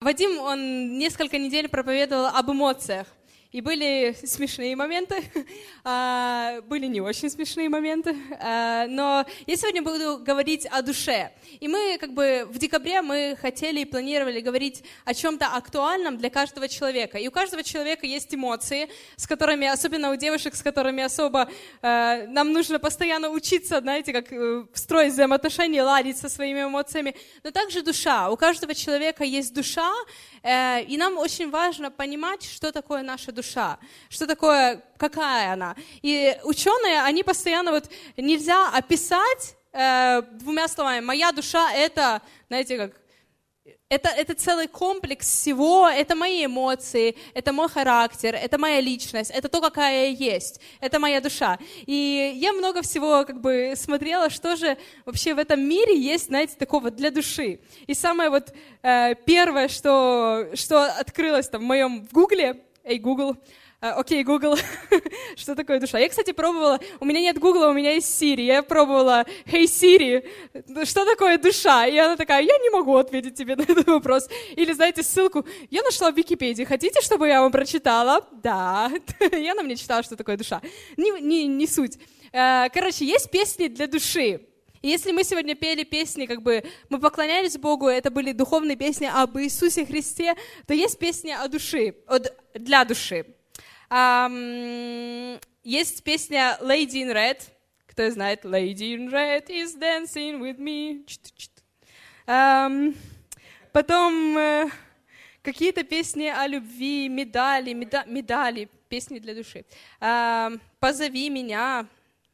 Вадим, он несколько недель проповедовал об эмоциях. И были смешные моменты, были не очень смешные моменты, но я сегодня буду говорить о душе. И мы в декабре мы хотели и планировали говорить о чем-то актуальном для каждого человека. И у каждого человека есть эмоции, с которыми, особенно у девушек, с которыми особо нам нужно постоянно учиться, знаете, как строить взаимоотношения, ладить со своими эмоциями. Но также душа. У каждого человека есть душа, и нам очень важно понимать, что такое наша душа, что такое, какая она. И ученые, они постоянно, нельзя описать двумя словами. Моя душа — это, знаете, как, это целый комплекс всего, это мои эмоции, это мой характер, это моя личность, это то, какая я есть, это моя душа. И я много всего смотрела, что же вообще в этом мире есть, знаете, такого для души. И самое первое, что открылось там в Гугле, Google, окей, Google, что такое душа? Я, кстати, пробовала, у меня нет Гугла, у меня есть Siri. Я пробовала, hey Siri, что такое душа? И она такая, я не могу ответить тебе на этот вопрос. Или, знаете, ссылку, я нашла в Википедии, хотите, чтобы я вам прочитала? Да, и она мне читала, что такое душа. Не суть. Короче, есть песни для души. И если мы сегодня пели песни, мы поклонялись Богу, это были духовные песни об Иисусе Христе, то есть песни о душе, для души. Есть песня Lady in Red. Кто знает? Lady in Red is dancing with me. Потом какие-то песни о любви, медали, песни для души. Позови меня.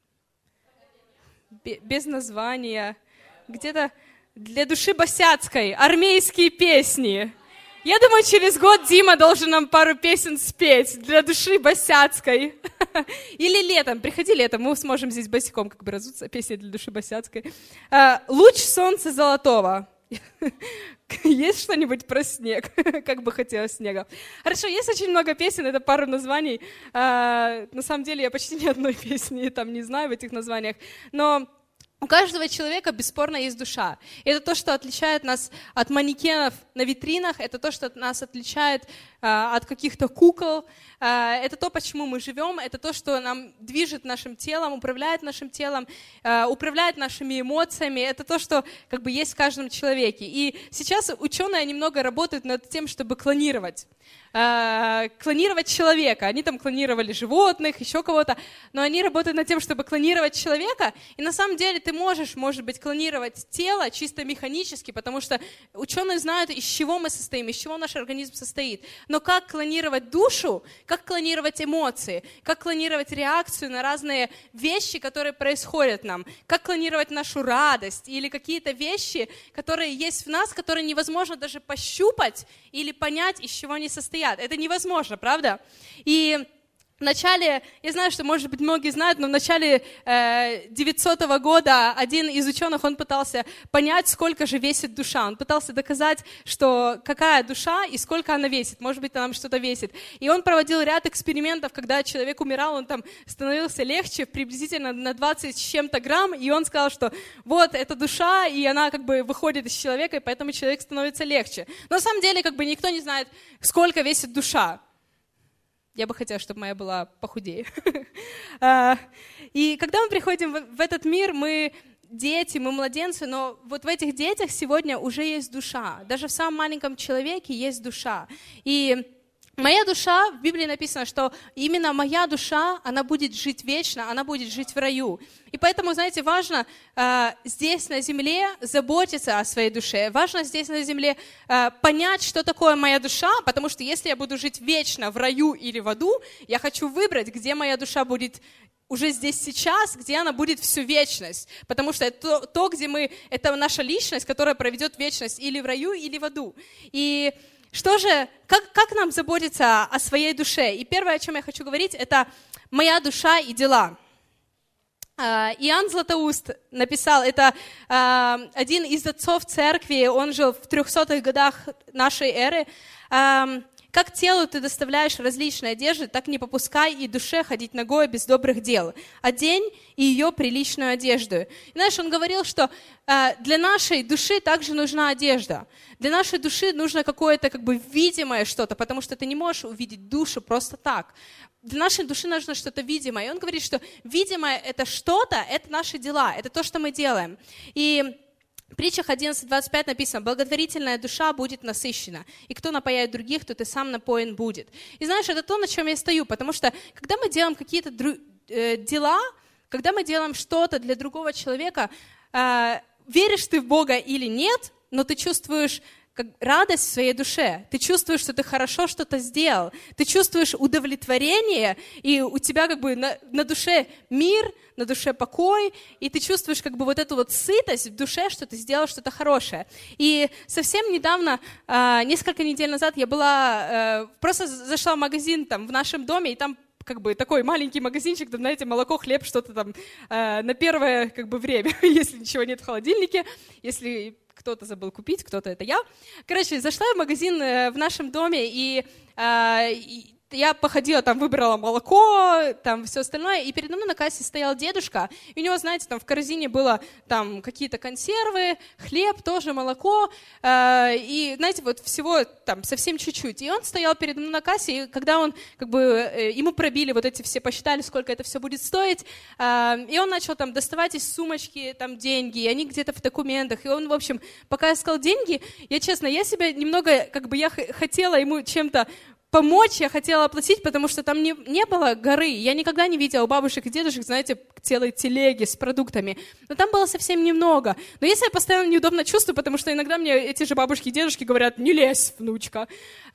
Без названия. Где-то для души босяцкой. Армейские песни. Я думаю, через год Дима должен нам пару песен спеть для души босяцкой. Или летом. Приходи летом, мы сможем здесь босиком разуться. Песни для души босяцкой. Луч солнца золотого. Есть что-нибудь про снег? Как бы хотелось снега. Хорошо, есть очень много песен, это пару названий. На самом деле я почти ни одной песни там не знаю в этих названиях. Но у каждого человека бесспорно есть душа. И это то, что отличает нас от манекенов на витринах, это то, что нас отличает от каких-то кукол, это то, почему мы живем, это то, что нам движет нашим телом, управляет нашим телом, управляет нашими эмоциями, это то, что есть в каждом человеке. И сейчас ученые немного работают над тем, чтобы клонировать человека. Они там клонировали животных, еще кого-то, но они работают над тем, чтобы клонировать человека. И на самом деле ты можешь, может быть, клонировать тело чисто механически, потому что ученые знают, из чего мы состоим, из чего наш организм состоит. Но как клонировать душу, как клонировать эмоции, как клонировать реакцию на разные вещи, которые происходят нам, как клонировать нашу радость или какие-то вещи, которые есть в нас, которые невозможно даже пощупать или понять, из чего они состоят. Это невозможно, правда? И в начале, я знаю, что, может быть, многие знают, но в начале 900 года один из ученых, он пытался понять, сколько же весит душа. Он пытался доказать, что какая душа и сколько она весит. Может быть, она что-то весит. И он проводил ряд экспериментов, когда человек умирал, он там становился легче, приблизительно на 20 с чем-то грамм, и он сказал, что вот, это душа, и она выходит из человека, и поэтому человек становится легче. Но на самом деле, никто не знает, сколько весит душа. Я бы хотела, чтобы моя была похудее. И когда мы приходим в этот мир, мы дети, мы младенцы, но вот в этих детях сегодня уже есть душа. Даже в самом маленьком человеке есть душа. И моя душа, в Библии написано, что именно моя душа, она будет жить вечно, она будет жить в раю. И поэтому, знаете, важно здесь на земле заботиться о своей душе. Важно здесь на земле понять, что такое моя душа, потому что если я буду жить вечно в раю или в аду, я хочу выбрать, где моя душа будет уже здесь сейчас, где она будет всю вечность. Потому что это то, где это наша личность, которая проведет вечность или в раю, или в аду. И что же, как нам заботиться о своей душе? И первое, о чем я хочу говорить, это моя душа и дела. Иоанн Златоуст написал, это один из отцов церкви, он жил в 300-х годах нашей эры. Как телу ты доставляешь различные одежды, так не попускай и душе ходить нагой без добрых дел. Одень и ее приличную одежду. И, знаешь, он говорил, что для нашей души также нужна одежда. Для нашей души нужно какое-то как бы видимое что-то, потому что ты не можешь увидеть душу просто так. Для нашей души нужно что-то видимое. И он говорит, что видимое это что-то, это наши дела, это то, что мы делаем. И в притчах 11:25 написано: «Благотворительная душа будет насыщена, и кто напояет других, тот и сам напоен будет». И знаешь, это то, на чем я стою, потому что когда мы делаем какие-то дела, когда мы делаем что-то для другого человека, веришь ты в Бога или нет, но ты чувствуешь как радость в своей душе, ты чувствуешь, что ты хорошо что-то сделал, ты чувствуешь удовлетворение, и у тебя как бы на душе мир, на душе покой, и ты чувствуешь как бы вот эту вот сытость в душе, что ты сделал что-то хорошее. И совсем недавно, несколько недель назад, я была, просто зашла в магазин там в нашем доме, и там как бы такой маленький магазинчик, там, знаете, молоко, хлеб, что-то там на первое как бы время, если ничего нет в холодильнике, если кто-то забыл купить, кто-то это я. Короче, зашла в магазин в нашем доме, и я походила, там, выбрала молоко, там, все остальное, и передо мной на кассе стоял дедушка, и у него, знаете, там в корзине было там какие-то консервы, хлеб, тоже молоко, и, знаете, вот всего там совсем чуть-чуть. И он стоял передо мной на кассе, и когда он, как бы, ему пробили вот эти все, посчитали, сколько это все будет стоить, и он начал там доставать из сумочки там деньги, и они где-то в документах, и он, в общем, пока искал деньги, я, честно, я себя немного, как бы, я хотела ему чем-то помочь, я хотела оплатить, потому что там не было горы. Я никогда не видела у бабушек и дедушек, знаете, целые телеги с продуктами. Но там было совсем немного. Но я себя постоянно неудобно чувствую, потому что иногда мне эти же бабушки и дедушки говорят: «Не лезь, внучка».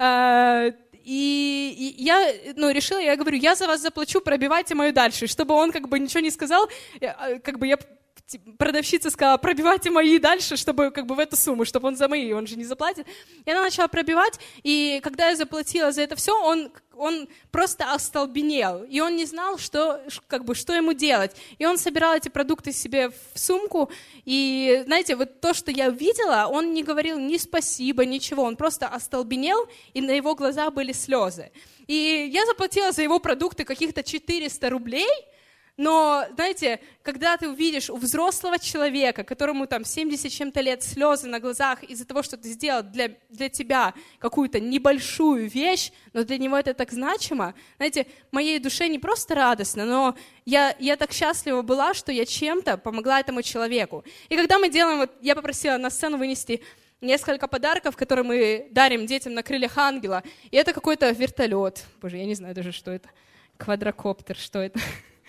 И я решила, я говорю: «Я за вас заплачу, пробивайте мою дальше». Чтобы он как бы ничего не сказал, как бы я... Продавщица сказала: «Пробивайте мои дальше, чтобы как бы в эту сумму, чтобы он за мои, он же не заплатит». И она начала пробивать, и когда я заплатила за это все, он просто остолбенел, и он не знал, что ему делать. И он собирал эти продукты себе в сумку, и, знаете, вот то, что я увидела, он не говорил ни спасибо, ничего, он просто остолбенел, и на его глазах были слезы. И я заплатила за его продукты каких-то 400 рублей, но, знаете, когда ты увидишь у взрослого человека, которому там 70 чем-то лет, слезы на глазах из-за того, что ты сделал для тебя какую-то небольшую вещь, но для него это так значимо, знаете, моей душе не просто радостно, но я так счастлива была, что я чем-то помогла этому человеку. И когда мы делаем, вот я попросила на сцену вынести несколько подарков, которые мы дарим детям на крыльях ангела, и это какой-то вертолет, боже, я не знаю даже, что это, квадрокоптер, что это.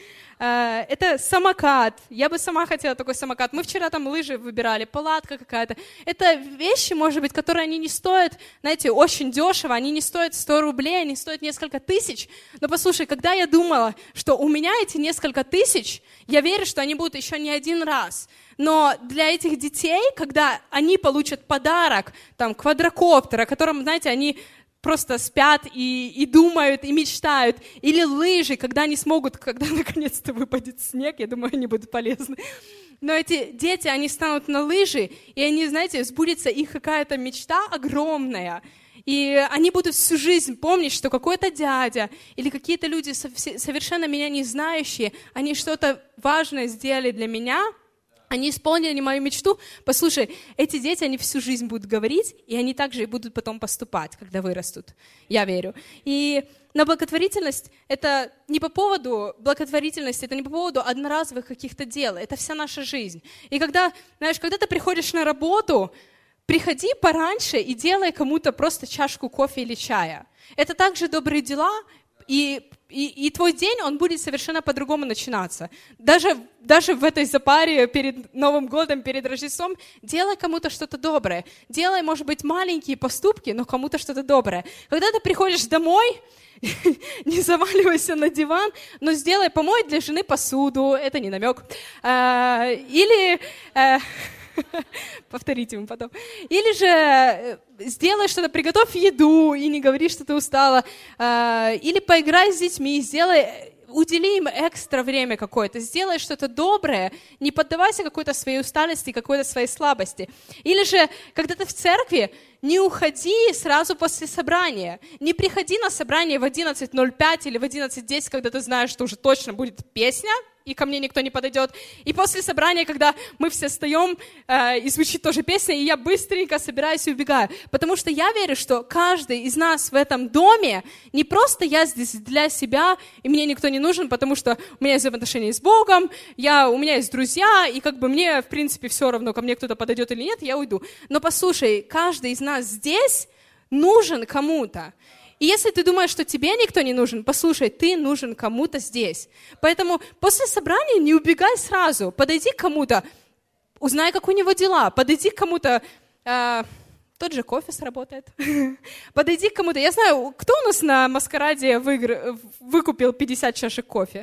Это самокат. Я бы сама хотела такой самокат. Мы вчера там лыжи выбирали, палатка какая-то. Это вещи, может быть, которые они не стоят, знаете, очень дешево, они не стоят 100 рублей, они стоят несколько тысяч. Но послушай, когда я думала, что у меня эти несколько тысяч, я верю, что они будут еще не один раз. Но для этих детей, когда они получат подарок, там, квадрокоптер, о котором, знаете, они просто спят и думают, и мечтают. Или лыжи, когда они смогут, когда наконец-то выпадет снег, я думаю, они будут полезны. Но эти дети, они станут на лыжи, и они, знаете, сбудется их какая-то мечта огромная. И они будут всю жизнь помнить, что какой-то дядя или какие-то люди, совершенно меня не знающие, они что-то важное сделали для меня, они исполнили мою мечту. Послушай, эти дети, они всю жизнь будут говорить, и они также и будут потом поступать, когда вырастут. Я верю. Но благотворительность — это не по поводу благотворительности, это не по поводу одноразовых каких-то дел, это вся наша жизнь. И когда ты приходишь на работу, приходи пораньше и делай кому-то просто чашку кофе или чая. Это также добрые дела, и твой день, он будет совершенно по-другому начинаться. Даже в этой запаре перед Новым годом, перед Рождеством, делай кому-то что-то доброе. Делай, может быть, маленькие поступки, но кому-то что-то доброе. Когда ты приходишь домой, не заваливайся на диван, но помой для жены посуду, это не намек. Или... Повторите ему потом. Или же сделай что-то, приготовь еду и не говори, что ты устала. Или поиграй с детьми, сделай удели им экстра время какое-то, сделай что-то доброе, не поддавайся какой-то своей усталости, какой-то своей слабости. Или же, когда ты в церкви, не уходи сразу после собрания, не приходи на собрание в 11:05 или в 11:10, когда ты знаешь, что уже точно будет песня, и ко мне никто не подойдет. И после собрания, когда мы все встаем, и звучит тоже песня, и я быстренько собираюсь и убегаю. Потому что я верю, что каждый из нас в этом доме, не просто я здесь для себя, и мне никто не нужен, потому что у меня есть взаимоотношения с Богом, у меня есть друзья, и как бы мне, в принципе, все равно, ко мне кто-то подойдет или нет, я уйду. Но послушай, каждый из нас здесь нужен кому-то. И если ты думаешь, что тебе никто не нужен, послушай, ты нужен кому-то здесь. Поэтому после собрания не убегай сразу, подойди к кому-то, узнай, как у него дела, подойди к кому-то, тот же кофе сработает, подойди к кому-то. Я знаю, кто у нас на маскараде выкупил 50 чашек кофе?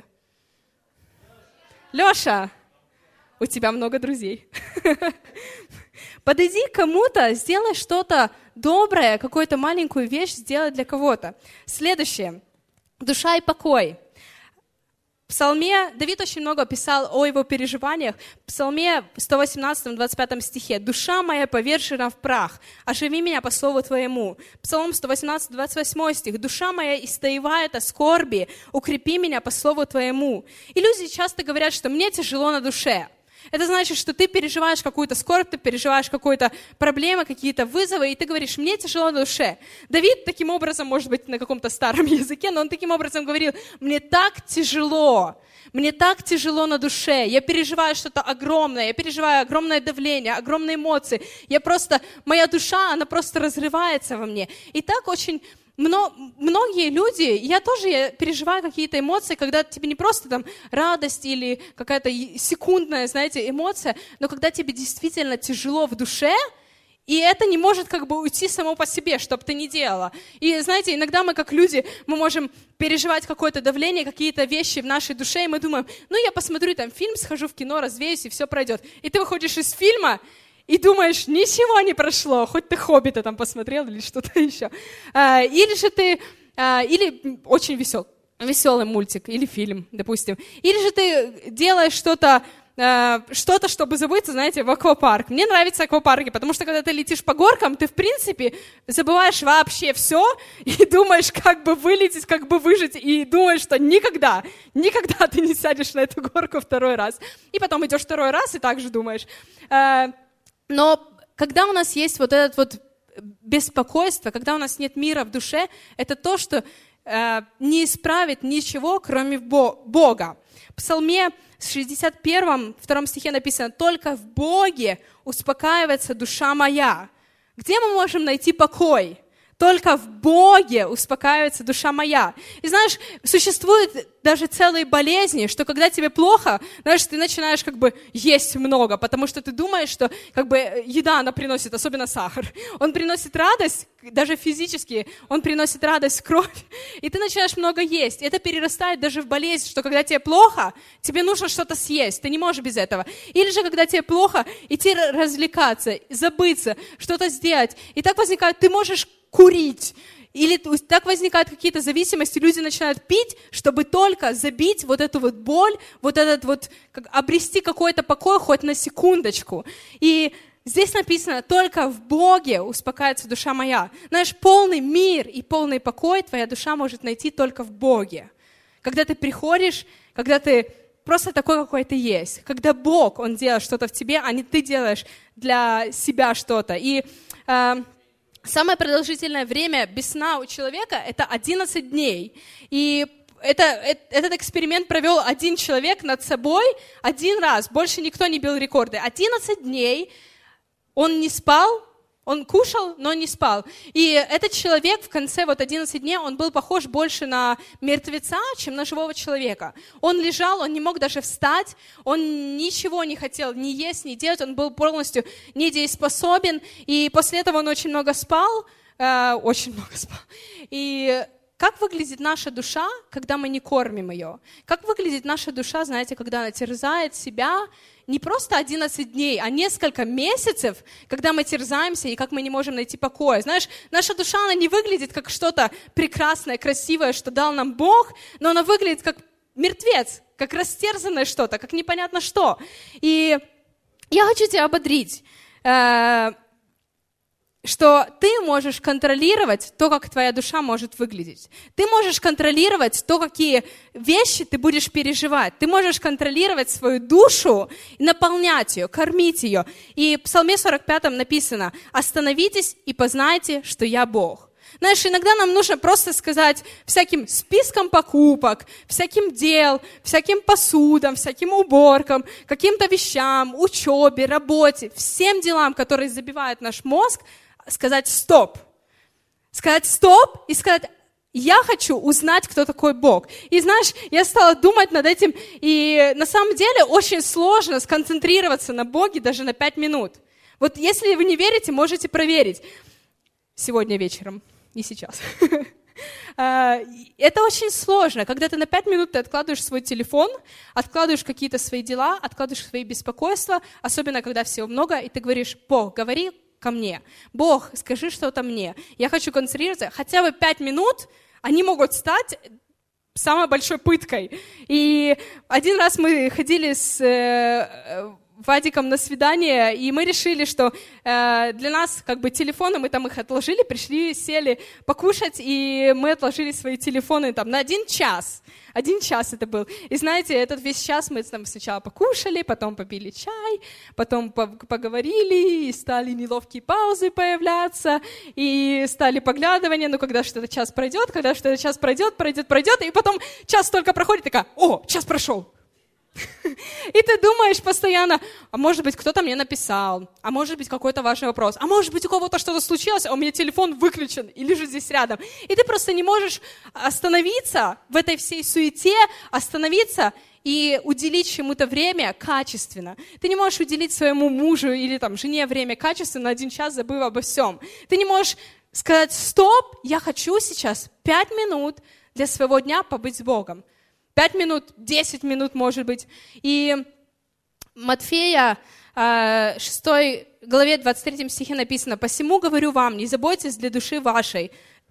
Леша, у тебя много друзей. Подойди к кому-то, сделай что-то доброе, какую-то маленькую вещь сделай для кого-то. Следующее. Душа и покой. В Псалме Давид очень много писал о его переживаниях. В Псалме 118, 25 стихе. «Душа моя повержена в прах, оживи меня по слову Твоему». Псалом 118, 28 стих. «Душа моя истаивает о скорби, укрепи меня по слову Твоему». И люди часто говорят, что мне тяжело на душе. Это значит, что ты переживаешь какую-то скорбь, ты переживаешь какую-то проблему, какие-то вызовы, и ты говоришь, мне тяжело на душе. Давид таким образом, может быть, на каком-то старом языке, но он таким образом говорил, мне так тяжело на душе, я переживаю что-то огромное, я переживаю огромное давление, огромные эмоции, моя душа, она просто разрывается во мне. И так очень... Многие люди, я переживаю какие-то эмоции, когда тебе не просто там радость или какая-то секундная, знаете, эмоция, но когда тебе действительно тяжело в душе, и это не может как бы уйти само по себе, что бы ты ни делала. И знаете, иногда мы как люди, мы можем переживать какое-то давление, какие-то вещи в нашей душе, и мы думаем, я посмотрю там фильм, схожу в кино, развеюсь, и все пройдет. И ты выходишь из фильма, и думаешь, ничего не прошло, хоть ты «Хоббита» там посмотрел или что-то еще. Или очень веселый мультик, или фильм, допустим. Или же ты делаешь что-то, чтобы забыться, знаете, в аквапарк. Мне нравятся аквапарки, потому что когда ты летишь по горкам, ты, в принципе, забываешь вообще все и думаешь, как бы вылететь, как бы выжить, и думаешь, что никогда ты не сядешь на эту горку второй раз. И потом идешь второй раз и также думаешь. Но когда у нас есть вот это вот беспокойство, когда у нас нет мира в душе, это то, что не исправит ничего, кроме Бога. В Псалме 61, 2 стихе написано, «Только в Боге успокаивается душа моя». Где мы можем найти покой? Только в Боге успокаивается душа моя. И знаешь, существуют даже целые болезни, что когда тебе плохо, знаешь, ты начинаешь как бы есть много, потому что ты думаешь, что как бы еда, она приносит, особенно сахар, он приносит радость, даже физически, он приносит радость в кровь, и ты начинаешь много есть. И это перерастает даже в болезнь, что когда тебе плохо, тебе нужно что-то съесть, ты не можешь без этого. Или же, когда тебе плохо, идти развлекаться, забыться, что-то сделать. И так возникает, ты можешь курить. Или так возникают какие-то зависимости, люди начинают пить, чтобы только забить вот эту вот боль, обрести какой-то покой хоть на секундочку. И здесь написано, только в Боге успокаивается душа моя. Знаешь, полный мир и полный покой твоя душа может найти только в Боге. Когда ты приходишь, когда ты просто такой, какой ты есть. Когда Бог, Он делает что-то в тебе, а не ты делаешь для себя что-то. И самое продолжительное время без сна у человека – это 11 дней. И этот эксперимент провел один человек над собой один раз. Больше никто не бил рекорды. 11 дней он не спал, он кушал, но не спал. И этот человек в конце 11 дней, он был похож больше на мертвеца, чем на живого человека. Он лежал, он не мог даже встать, он ничего не хотел ни есть, ни делать, он был полностью недееспособен. И после этого он очень много спал. И как выглядит наша душа, когда мы не кормим ее? Как выглядит наша душа, знаете, когда она терзает себя, не просто 11 дней, а несколько месяцев, когда мы терзаемся и как мы не можем найти покоя. Знаешь, наша душа, она не выглядит как что-то прекрасное, красивое, что дал нам Бог, но она выглядит как мертвец, как растерзанное что-то, как непонятно что. И я хочу тебя ободрить, что ты можешь контролировать то, как твоя душа может выглядеть. Ты можешь контролировать то, какие вещи ты будешь переживать. Ты можешь контролировать свою душу, наполнять ее, кормить ее. И в Псалме 45 написано: «Остановитесь и познайте, что я Бог». Знаешь, иногда нам нужно просто сказать всяким списком покупок, всяким дел, всяким посудам, всяким уборкам, каким-то вещам, учебе, работе, всем делам, которые забивают наш мозг, сказать «стоп». Сказать «стоп» и сказать: я хочу узнать, кто такой Бог. И знаешь, я стала думать над этим, и на самом деле очень сложно сконцентрироваться на Боге даже на 5 минут. Вот если вы не верите, можете проверить сегодня вечером, не сейчас. Это очень сложно, когда ты на 5 минут ты откладываешь свой телефон, откладываешь какие-то свои дела, откладываешь свои беспокойства, особенно когда всего много, и ты говоришь: Бог, говори ко мне. Бог, скажи что-то мне. Я хочу концентрироваться. Хотя бы 5 минут, они могут стать самой большой пыткой. И один раз мы ходили с Вадиком на свидание, и мы решили, что для нас как бы телефоны, мы там их отложили, пришли, сели покушать, и мы отложили свои телефоны там на 1 час. 1 час это был. И знаете, этот весь час мы там сначала покушали, потом попили чай, потом поговорили, и стали неловкие паузы появляться, и стали поглядывания, ну, когда что-то час пройдет, пройдет, и потом час только проходит, такая: о, час прошел. И ты думаешь постоянно: а может быть, кто-то мне написал, а может быть, какой-то важный вопрос, а может быть, у кого-то что-то случилось, а у меня телефон выключен и лежит здесь рядом. И ты просто не можешь остановиться в этой всей суете, остановиться и уделить чему-то время качественно. Ты не можешь уделить своему мужу или там, жене время качественно на 1 час, забыв обо всем. Ты не можешь сказать: стоп, я хочу сейчас 5 минут для своего дня побыть с Богом. 5 минут, 10 минут, может быть. И Матфея 6 главе 23 стихе написано: «Посему говорю вам, не заботьтесь для души вашей,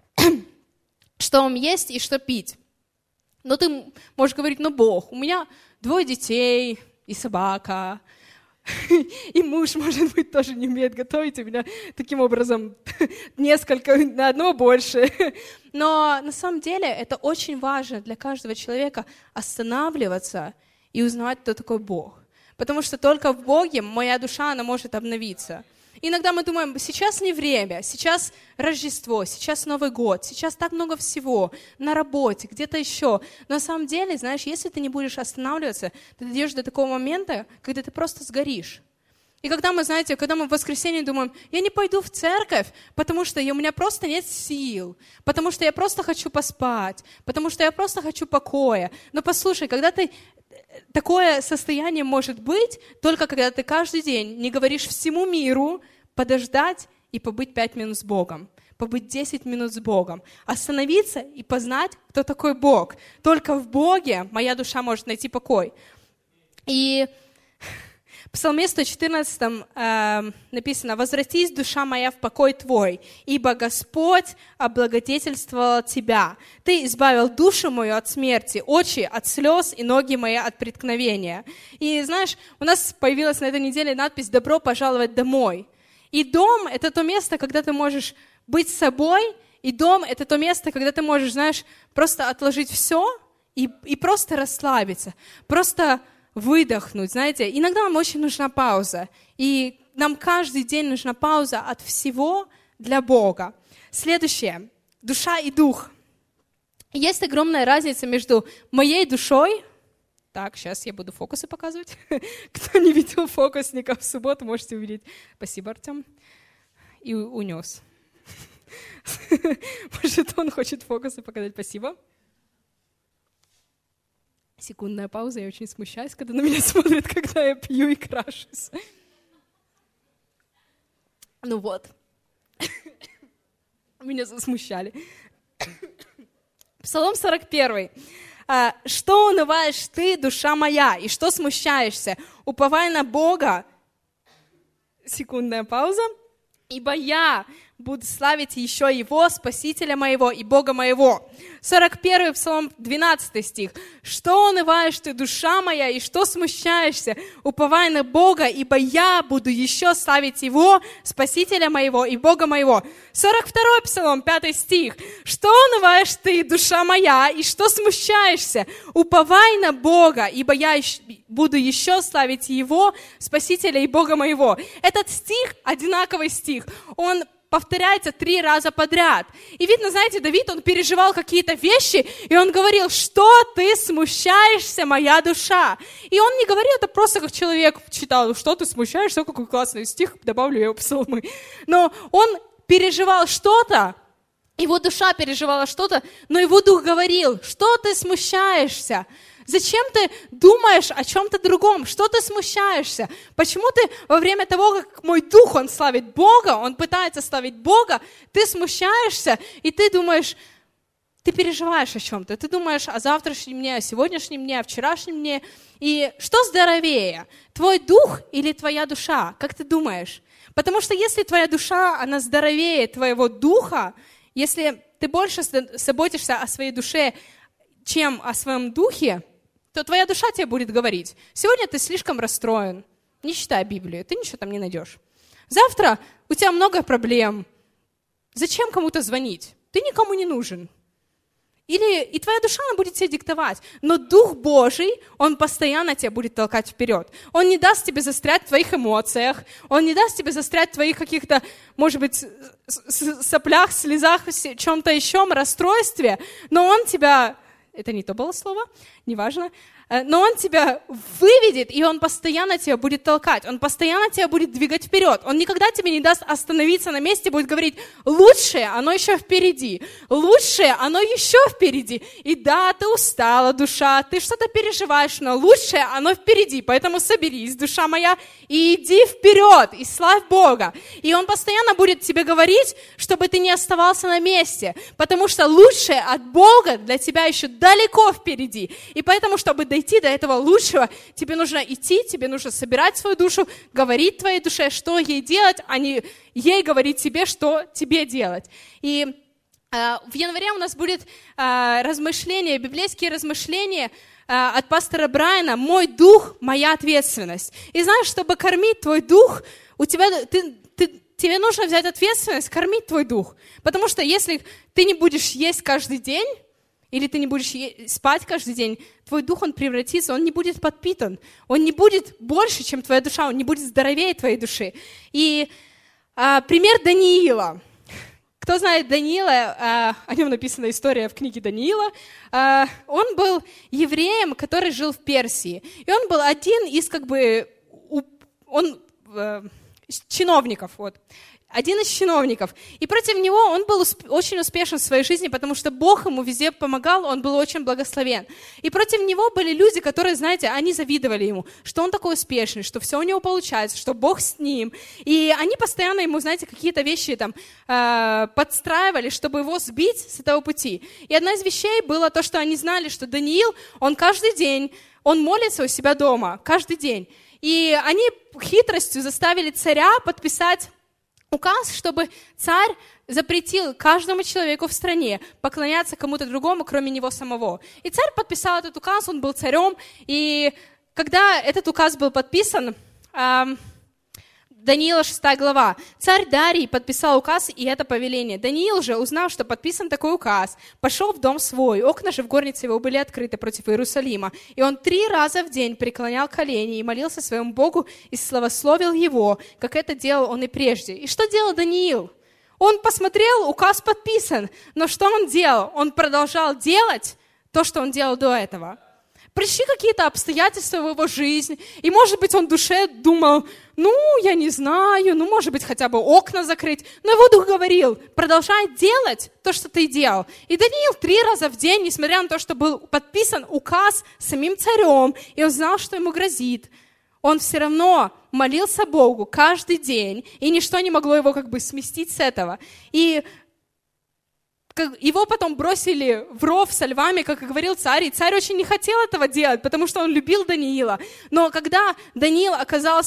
что вам есть и что пить». Но ты можешь говорить: ну, Бог, у меня 2 детей и собака, и муж, может быть, тоже не умеет готовить, у меня таким образом несколько, на одного больше. Но на самом деле это очень важно для каждого человека останавливаться и узнавать, кто такой Бог. Потому что только в Боге моя душа, она может обновиться. Иногда мы думаем: сейчас не время, сейчас Рождество, сейчас Новый год, сейчас так много всего, на работе, где-то еще. Но на самом деле, знаешь, если ты не будешь останавливаться, ты дойдешь до такого момента, когда ты просто сгоришь. И когда мы, знаете, когда мы в воскресенье думаем: я не пойду в церковь, потому что у меня просто нет сил, потому что я просто хочу поспать, потому что я просто хочу покоя. Но послушай, когда ты... Такое состояние может быть только когда ты каждый день не говоришь всему миру подождать и побыть 5 минут с Богом, побыть 10 минут с Богом, остановиться и познать, кто такой Бог. Только в Боге моя душа может найти покой. И в Псалме 114 написано: «Возвратись, душа моя, в покой твой, ибо Господь облагодетельствовал тебя. Ты избавил душу мою от смерти, очи от слез и ноги мои от преткновения». И знаешь, у нас появилась на этой неделе надпись «Добро пожаловать домой». И дом — это то место, когда ты можешь быть с собой, и дом — это то место, когда ты можешь, знаешь, просто отложить все и просто расслабиться, просто выдохнуть, знаете. Иногда нам очень нужна пауза, и нам каждый день нужна пауза от всего для Бога. Следующее — душа и дух. Есть огромная разница между моей душой. Так, сейчас я буду фокусы показывать. Кто не видел фокусника в субботу, можете увидеть. Спасибо, Артем. И унес. Может, он хочет фокусы показать. Спасибо. Секундная пауза, я очень смущаюсь, когда на меня смотрят, когда я пью и крашусь. Ну вот. Меня засмущали. Псалом 41. «Что унываешь ты, душа моя, и что смущаешься? Уповай на Бога». Секундная пауза. «Ибо я буду славить еще Его, Спасителя моего и Бога моего. 41 Псалом, 12 стих. «Что унываешь ты, душа моя, и что смущаешься? Уповай на Бога, ибо я буду еще славить Его, Спасителя моего и Бога моего». 42 Псалом, 5 стих. «Что унываешь ты, душа моя, и что смущаешься? Уповай на Бога, ибо я буду еще славить Его, Спасителя и Бога моего». Этот стих, одинаковый стих, он повторяется 3 раза подряд. И видно, знаете, Давид, он переживал какие-то вещи, и он говорил: «Что ты смущаешься, моя душа?» И он не говорил это просто как человек читал: «Что ты смущаешься?» Какой классный стих, добавлю его в псалмы. Но он переживал что-то, его душа переживала что-то, но его дух говорил: «Что ты смущаешься? Зачем ты думаешь о чем-то другом? Что ты смущаешься? Почему ты во время того, как мой дух, он славит Бога, он пытается славить Бога, ты смущаешься, и ты думаешь, ты переживаешь о чем-то, ты думаешь о завтрашнем дне, о сегодняшнем дне, о вчерашнем дне. И что здоровее, твой дух или твоя душа? Как ты думаешь? Потому что если твоя душа, она здоровее твоего духа, если ты больше заботишься о своей душе, чем о своем духе, то твоя душа тебе будет говорить: сегодня ты слишком расстроен, не читай Библию, ты ничего там не найдешь. Завтра у тебя много проблем, зачем кому-то звонить? Ты никому не нужен. И твоя душа, она будет тебе диктовать. Но Дух Божий, Он постоянно тебя будет толкать вперед. Он не даст тебе застрять в твоих эмоциях, Он не даст тебе застрять в твоих каких-то, может быть, соплях, слезах, чем-то еще, расстройстве, но Он тебя... Это не то было слово, неважно. Но Он тебя выведет, и Он постоянно тебя будет толкать, Он постоянно тебя будет двигать вперед. Он никогда тебе не даст остановиться на месте, будет говорить: лучшее, оно еще впереди, лучшее, оно еще впереди. И да, ты устала, душа, ты что-то переживаешь, но лучшее, оно впереди. Поэтому соберись, душа моя, и иди вперед, и славь Бога. И Он постоянно будет тебе говорить, чтобы ты не оставался на месте, потому что лучшее от Бога для тебя еще далеко впереди. И поэтому, чтобы дойти до этого лучшего, тебе нужно идти, тебе нужно собирать свою душу, говорить твоей душе, что ей делать, а не ей говорить тебе, что тебе делать. И в январе у нас будет размышления, библейские размышления от пастора Брайана «Мой дух, моя ответственность». И знаешь, чтобы кормить твой дух, тебе нужно взять ответственность, кормить твой дух. Потому что если ты не будешь есть каждый день, или ты не будешь спать каждый день, твой дух, он превратится, он не будет подпитан, он не будет больше, чем твоя душа, он не будет здоровее твоей души. И пример Даниила. Кто знает Даниила, о нем написана история в книге Даниила. Он был евреем, который жил в Персии. И он был один из чиновников. Вот. Один из чиновников. И против него он был очень успешен в своей жизни, потому что Бог ему везде помогал, он был очень благословен. И против него были люди, которые, знаете, они завидовали ему, что он такой успешный, что все у него получается, что Бог с ним. И они постоянно ему, знаете, какие-то вещи там подстраивали, чтобы его сбить с этого пути. И одна из вещей было то, что они знали, что Даниил, он каждый день, он молится у себя дома, каждый день. И они хитростью заставили царя подписать указ, чтобы царь запретил каждому человеку в стране поклоняться кому-то другому, кроме него самого. И царь подписал этот указ, он был царем, и когда этот указ был подписан, Даниила 6 глава, царь Дарий подписал указ и это повеление. Даниил же, узнав, что подписан такой указ, пошел в дом свой, окна же в горнице его были открыты против Иерусалима, и он 3 раза в день преклонял колени и молился своему Богу и славословил его, как это делал он и прежде. И что делал Даниил? Он посмотрел, указ подписан, но что он делал? Он продолжал делать то, что он делал до этого. Пришли какие-то обстоятельства в его жизнь, и, может быть, он в душе думал: я не знаю, может быть, хотя бы окна закрыть. Но его дух говорил: продолжай делать то, что ты делал. И Даниил 3 раза в день, несмотря на то, что был подписан указ самим царем, и он знал, что ему грозит, он все равно молился Богу каждый день, и ничто не могло его сместить с этого. И его потом бросили в ров со львами, как и говорил царь, и царь очень не хотел этого делать, потому что он любил Даниила. Но когда Даниил оказался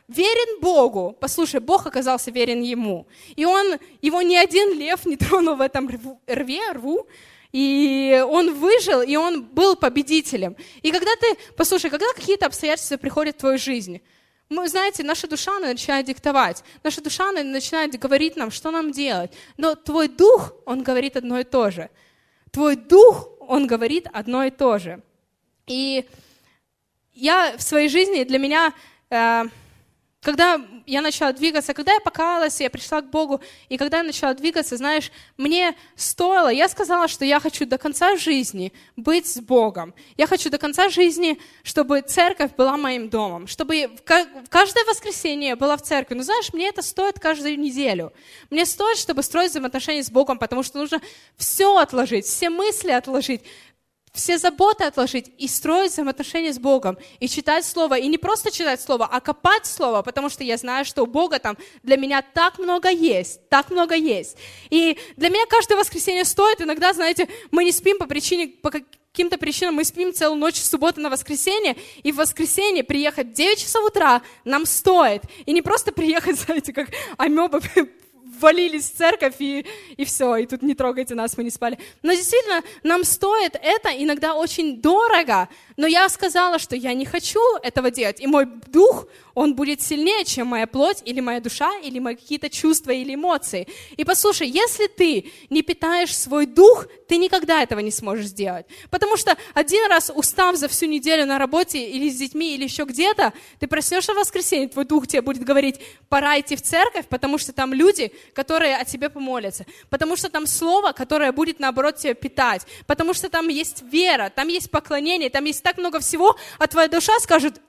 верен Богу. Послушай, Бог оказался верен ему. И его ни один лев не тронул в этом рву, и он выжил, и он был победителем. И когда когда какие-то обстоятельства приходят в твою жизнь, знаете, наша душа начинает диктовать, наша душа начинает говорить нам, что нам делать. Но твой дух, он говорит одно и то же. Твой дух, он говорит одно и то же. И я в своей жизни, для меня, когда я начала двигаться, когда я покаялась, я пришла к Богу, и когда я начала двигаться, знаешь, мне стоило, я сказала, что я хочу до конца жизни быть с Богом. Я хочу до конца жизни, чтобы церковь была моим домом, чтобы каждое воскресенье я была в церкви. Но знаешь, мне это стоит каждую неделю. Мне стоит, чтобы строить взаимоотношения с Богом, потому что нужно все отложить, все мысли отложить, все заботы отложить и строить взаимоотношения с Богом, и читать Слово, и не просто читать Слово, а копать Слово, потому что я знаю, что у Бога там для меня так много есть, так много есть. И для меня каждое воскресенье стоит, иногда, знаете, мы не спим по каким-то причинам, мы спим целую ночь с субботы на воскресенье, и в воскресенье приехать в 9 часов утра нам стоит. И не просто приехать, знаете, как амебы, ввалились в церковь, и все, и тут не трогайте нас, мы не спали. Но действительно, нам стоит это иногда очень дорого, но я сказала, что я не хочу этого делать, и мой дух, он будет сильнее, чем моя плоть, или моя душа, или мои какие-то чувства, или эмоции. И послушай, если ты не питаешь свой дух, ты никогда этого не сможешь сделать. Потому что один раз, устав за всю неделю на работе, или с детьми, или еще где-то, ты проснешься в воскресенье, твой дух тебе будет говорить, пора идти в церковь, потому что там люди, которые о тебе помолятся, потому что там слово, которое будет, наоборот, тебя питать, потому что там есть вера, там есть поклонение, там есть так много всего, а твоя душа скажет,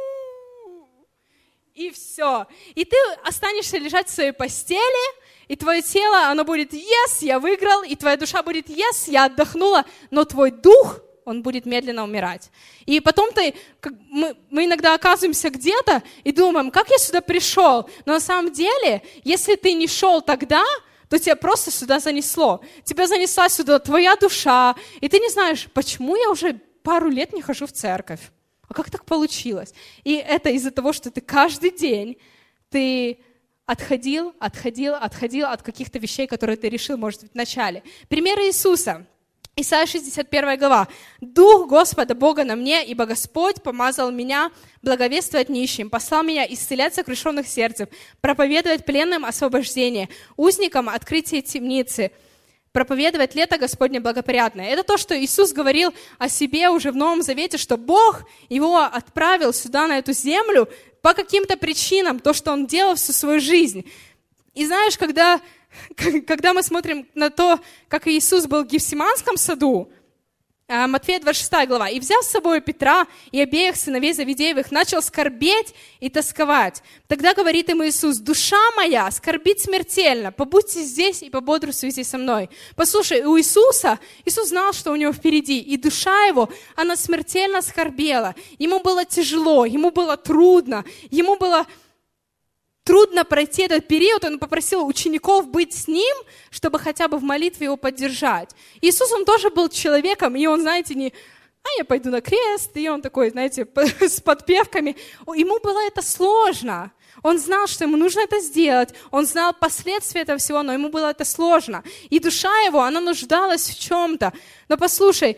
и все. И ты останешься лежать в своей постели, и твое тело, оно будет, yes, я выиграл, и твоя душа будет, yes, я отдохнула, но твой дух, он будет медленно умирать. И потом мы иногда оказываемся где-то и думаем, как я сюда пришел? Но на самом деле, если ты не шел тогда, то тебя просто сюда занесло. Тебя занесла сюда твоя душа, и ты не знаешь, почему я уже пару лет не хожу в церковь. А как так получилось? И это из-за того, что ты каждый день ты отходил от каких-то вещей, которые ты решил, может быть, в начале. Пример Иисуса. Исайя 61 глава. «Дух Господа Бога на мне, ибо Господь помазал меня благовествовать нищим, послал меня исцелять сокрушенных сердцем, проповедовать пленным освобождение, узникам открытие темницы, проповедовать лето Господне благоприятное». Это то, что Иисус говорил о себе уже в Новом Завете, что Бог его отправил сюда, на эту землю, по каким-то причинам, то, что Он делал всю свою жизнь. И знаешь, когда мы смотрим на то, как Иисус был в Гефсиманском саду, Матфея 26 глава, «И, взяв с собой Петра и обеих сыновей Завидеевых, начал скорбеть и тосковать. Тогда говорит им Иисус: душа моя скорбит смертельно, побудьте здесь и пободрствуйте со мной». Послушай, у Иисус знал, что у него впереди, и душа его, она смертельно скорбела. Ему было тяжело, ему было трудно, ему было трудно пройти этот период, он попросил учеников быть с ним, чтобы хотя бы в молитве его поддержать. Иисус, он тоже был человеком, и он, знаете, я пойду на крест, и он такой, знаете, с подпевками. Ему было это сложно. Он знал, что ему нужно это сделать, он знал последствия этого всего, но ему было это сложно. И душа его, она нуждалась в чем-то. Но послушай,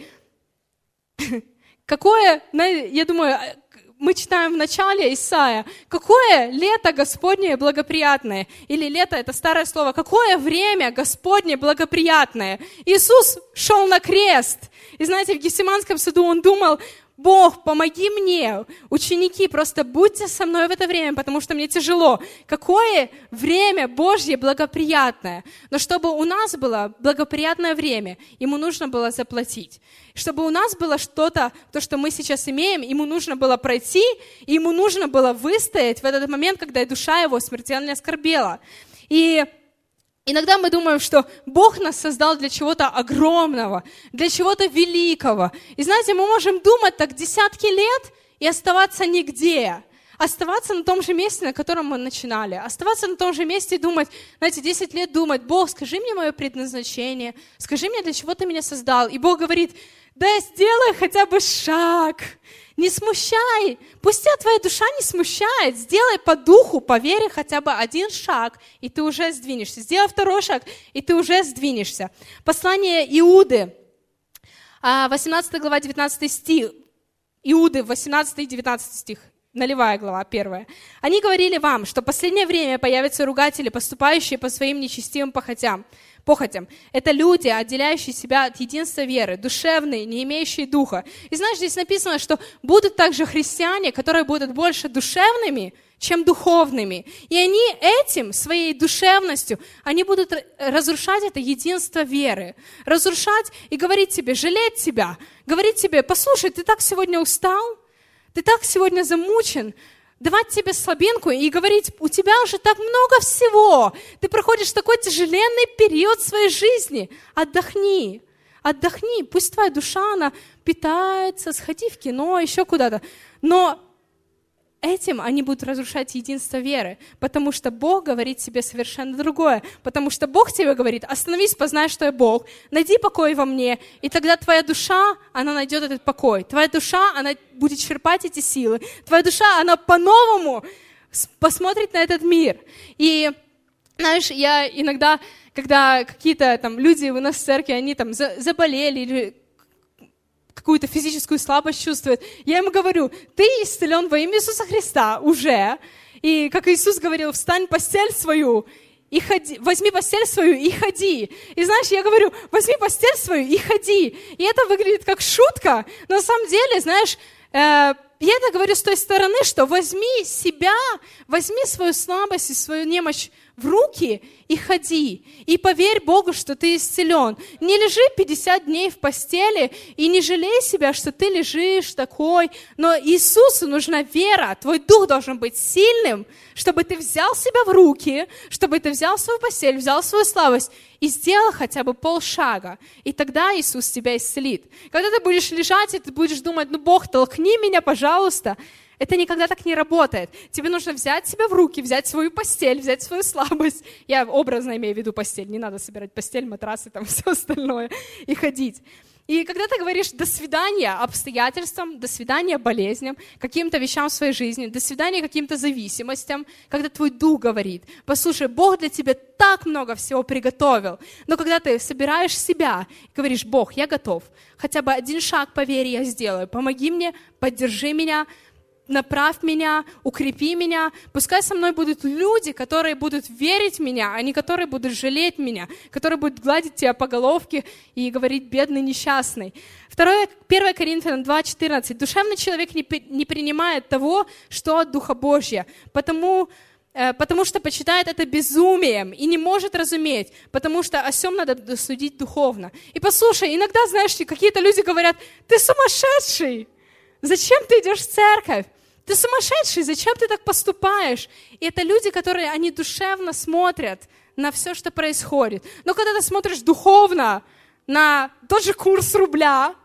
я думаю, мы читаем в начале Исаия, какое лето Господне благоприятное, или лето — это старое слово, какое время Господне благоприятное. Иисус шел на крест, и знаете, в Гефсиманском саду он думал: Бог, помоги мне, ученики, просто будьте со мной в это время, потому что мне тяжело. Какое время Божье благоприятное. Но чтобы у нас было благоприятное время, ему нужно было заплатить. Чтобы у нас было что-то, то, что мы сейчас имеем, ему нужно было пройти, и ему нужно было выстоять в этот момент, когда душа его смертельно оскорбела. И иногда мы думаем, что Бог нас создал для чего-то огромного, для чего-то великого. И знаете, мы можем думать так десятки лет и оставаться нигде. оставаться на том же месте, на котором мы начинали. Оставаться на том же месте и думать, знаете, 10 лет думать: Бог, скажи мне мое предназначение, скажи мне, для чего ты меня создал. И Бог говорит: да сделай хотя бы шаг, не смущай, пусть тебя твоя душа не смущает, сделай по духу, по вере хотя бы один шаг, и ты уже сдвинешься. Сделай второй шаг, и ты уже сдвинешься. Послание Иуды, 18 глава, 19 стих, Иуды, 18 и 19 стих, нулевая глава, 1. Они говорили вам, что в последнее время появятся ругатели, поступающие по своим нечестивым похотям. Это люди, отделяющие себя от единства веры, душевные, не имеющие духа. И знаешь, здесь написано, что будут также христиане, которые будут больше душевными, чем духовными. И они этим, своей душевностью, они будут разрушать это единство веры. Разрушать и говорить тебе, жалеть тебя. Говорить тебе: послушай, ты так сегодня устал, ты так сегодня замучен. Давать тебе слабинку и говорить: у тебя уже так много всего. Ты проходишь такой тяжеленный период своей жизни. Отдохни. Отдохни. Пусть твоя душа, она питается, сходи в кино, еще куда-то. Но этим они будут разрушать единство веры, потому что Бог говорит тебе совершенно другое. Потому что Бог тебе говорит: остановись, познай, что я Бог, найди покой во мне, и тогда твоя душа, она найдет этот покой. Твоя душа, она будет черпать эти силы. Твоя душа, она по-новому посмотрит на этот мир. И, знаешь, я иногда, когда какие-то там люди у нас в церкви, они там заболели или какую-то физическую слабость чувствует, я ему говорю: ты исцелен во имя Иисуса Христа уже. И как Иисус говорил: встань, постель свою и ходи, возьми постель свою и ходи. И знаешь, я говорю: возьми постель свою и ходи. И это выглядит как шутка, но на самом деле, знаешь, я это говорю с той стороны, что возьми себя, возьми свою слабость и свою немощь в руки и ходи. И поверь Богу, что ты исцелен. Не лежи 50 дней в постели и не жалей себя, что ты лежишь такой. Но Иисусу нужна вера. Твой дух должен быть сильным, чтобы ты взял себя в руки, чтобы ты взял свою постель, взял свою слабость и сделал хотя бы полшага. И тогда Иисус тебя исцелит. Когда ты будешь лежать, и ты будешь думать: ну, Бог, толкни меня, пожалуйста. Это никогда так не работает. Тебе нужно взять себя в руки, взять свою постель, взять свою слабость. Я образно имею в виду постель. Не надо собирать постель, матрасы, там все остальное и ходить. И когда ты говоришь «до свидания» обстоятельствам, «до свидания» болезням, каким-то вещам в своей жизни, «до свидания» каким-то зависимостям, когда твой дух говорит: послушай, Бог для тебя так много всего приготовил. Но когда ты собираешь себя и говоришь: Бог, я готов, хотя бы один шаг по вере я сделаю, помоги мне, поддержи меня, направь меня, укрепи меня. Пускай со мной будут люди, которые будут верить в меня, а не которые будут жалеть меня, которые будут гладить тебя по головке и говорить: бедный, несчастный. 1 Коринфянам 2:14. Душевный человек не принимает того, что от Духа Божьего, потому что почитает это безумием и не может разуметь, потому что о сем надо судить духовно. И послушай, иногда, знаешь, какие-то люди говорят: ты сумасшедший! Зачем ты идешь в церковь? Ты сумасшедший, зачем ты так поступаешь? И это люди, которые, они душевно смотрят на все, что происходит. Но когда ты смотришь духовно на тот же курс рубля,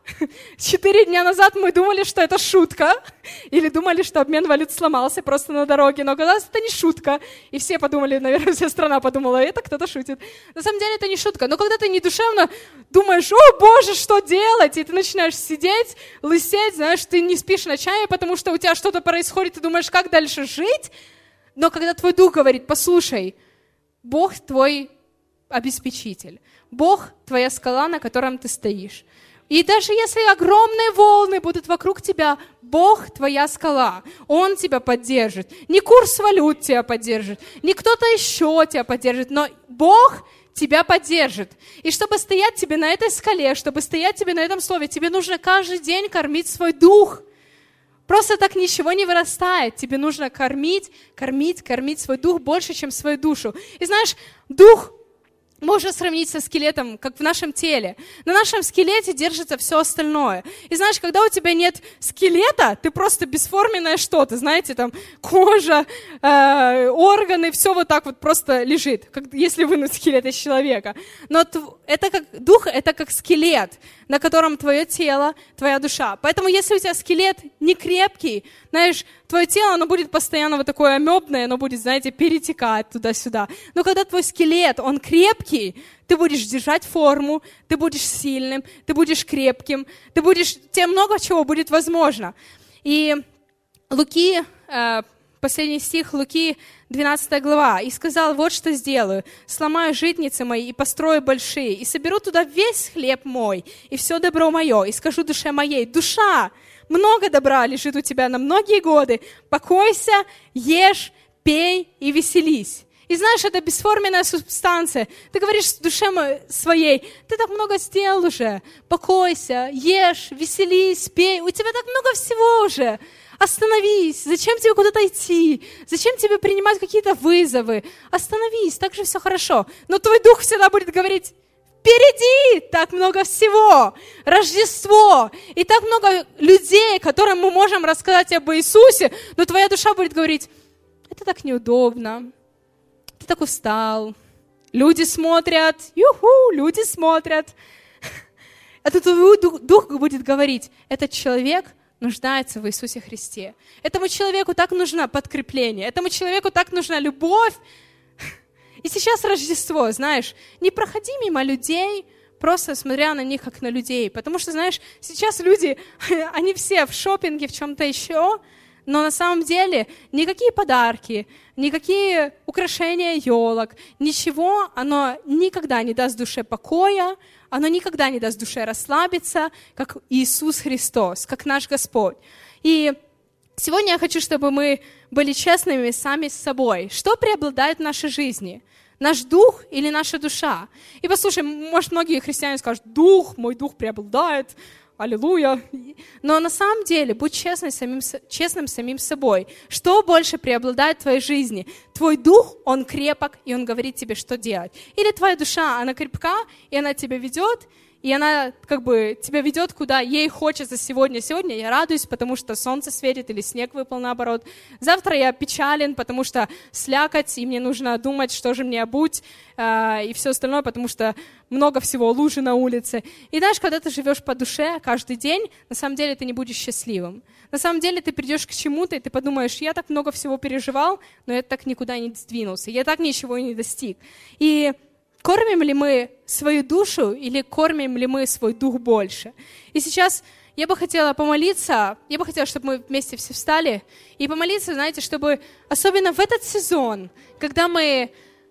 4 дня назад мы думали, что это шутка, или думали, что обмен валют сломался просто на дороге, но оказалось, это не шутка. И все подумали, наверное, вся страна подумала: это кто-то шутит. На самом деле это не шутка. Но когда ты не душевно думаешь: о, Боже, что делать? И ты начинаешь сидеть, лысеть, знаешь, ты не спишь ночами, потому что у тебя что-то происходит, ты думаешь, как дальше жить. Но когда твой дух говорит: послушай, Бог твой обеспечитель, Бог твоя скала, на котором ты стоишь. И даже если огромные волны будут вокруг тебя, Бог твоя скала, Он тебя поддержит. Не курс валют тебя поддержит, не кто-то еще тебя поддержит, но Бог тебя поддержит. И чтобы стоять тебе на этой скале, чтобы стоять тебе на этом слове, тебе нужно каждый день кормить свой дух. Просто так ничего не вырастает. Тебе нужно кормить свой дух больше, чем свою душу. И знаешь, дух можно сравнить со скелетом, как в нашем теле. На нашем скелете держится все остальное. И знаешь, когда у тебя нет скелета, ты просто бесформенное что-то, знаете, там кожа, органы, все вот так вот просто лежит, как если вынуть скелет из человека. Но это как дух, это как скелет, на котором твое тело, твоя душа. Поэтому если у тебя скелет не крепкий, знаешь, твое тело, оно будет постоянно вот такое амебное, оно будет, знаете, перетекать туда-сюда. Но когда твой скелет, он крепкий, ты будешь держать форму, ты будешь сильным, ты будешь крепким, тебе много чего будет возможно. И Луки, последний стих, Луки, 12 глава. «И сказал, вот что сделаю, сломаю житницы мои и построю большие, и соберу туда весь хлеб мой, и все добро мое, и скажу душе моей, душа, много добра лежит у тебя на многие годы, покойся, ешь, пей и веселись». И знаешь, это бесформенная субстанция. Ты говоришь душе своей, ты так много сделал уже, покойся, ешь, веселись, пей, у тебя так много всего уже. Остановись, зачем тебе куда-то идти, зачем тебе принимать какие-то вызовы, остановись, так же все хорошо. Но твой дух всегда будет говорить, впереди так много всего, Рождество, и так много людей, которым мы можем рассказать об Иисусе, но твоя душа будет говорить, это так неудобно, ты так устал, люди смотрят, люди смотрят. Это твой дух будет говорить, этот человек нуждается в Иисусе Христе. Этому человеку так нужно подкрепление, этому человеку так нужна любовь. И сейчас Рождество, знаешь, не проходи мимо людей, просто смотря на них, как на людей. Потому что, знаешь, сейчас люди, они все в шопинге, в чем-то еще, но на самом деле никакие подарки, никакие украшения елок, ничего, оно никогда не даст душе покоя, оно никогда не даст душе расслабиться, как Иисус Христос, как наш Господь. И сегодня я хочу, чтобы мы были честными сами с собой. Что преобладает в нашей жизни? Наш дух или наша душа? И послушай, может, многие христиане скажут, мой дух преобладает, аллилуйя. Но на самом деле, будь честным самим собой. Что больше преобладает в твоей жизни? Твой дух, он крепок, и он говорит тебе, что делать. Или твоя душа, она крепка, и она тебя ведет, и она тебя ведет, куда ей хочется сегодня. Сегодня я радуюсь, потому что солнце светит, или снег выпал наоборот. Завтра я печален, потому что слякоть, и мне нужно думать, что же мне обуть, и все остальное, потому что много всего, лужи на улице. И знаешь, когда ты живешь по душе каждый день, на самом деле ты не будешь счастливым. На самом деле ты придешь к чему-то, и ты подумаешь, я так много всего переживал, но я так никуда не сдвинулся, я так ничего и не достиг. И кормим ли мы свою душу или кормим ли мы свой дух больше? И сейчас я бы хотела помолиться, чтобы мы вместе все встали и помолиться, знаете, чтобы особенно в этот сезон, когда мы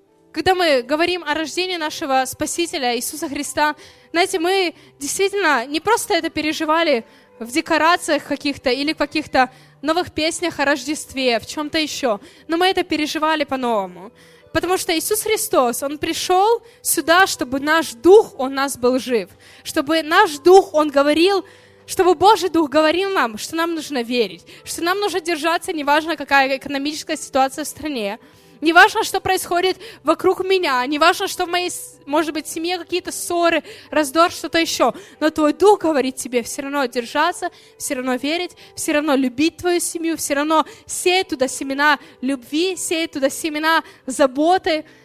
говорим о рождении нашего Спасителя Иисуса Христа, знаете, мы действительно не просто это переживали в декорациях каких-то или в каких-то новых песнях о Рождестве, в чем-то еще, но мы это переживали по-новому. Потому что Иисус Христос, Он пришел сюда, чтобы наш дух, Он нас был жив. Чтобы наш дух, Он говорил, чтобы Божий Дух говорил нам, что нам нужно верить, что нам нужно держаться, неважно, какая экономическая ситуация в стране, неважно, что происходит вокруг меня, неважно, что в моей, может быть, семье какие-то ссоры, раздор, что-то еще. Но твой дух говорит тебе все равно держаться, все равно верить, все равно любить твою семью, все равно сеять туда семена любви, сеять туда семена заботы.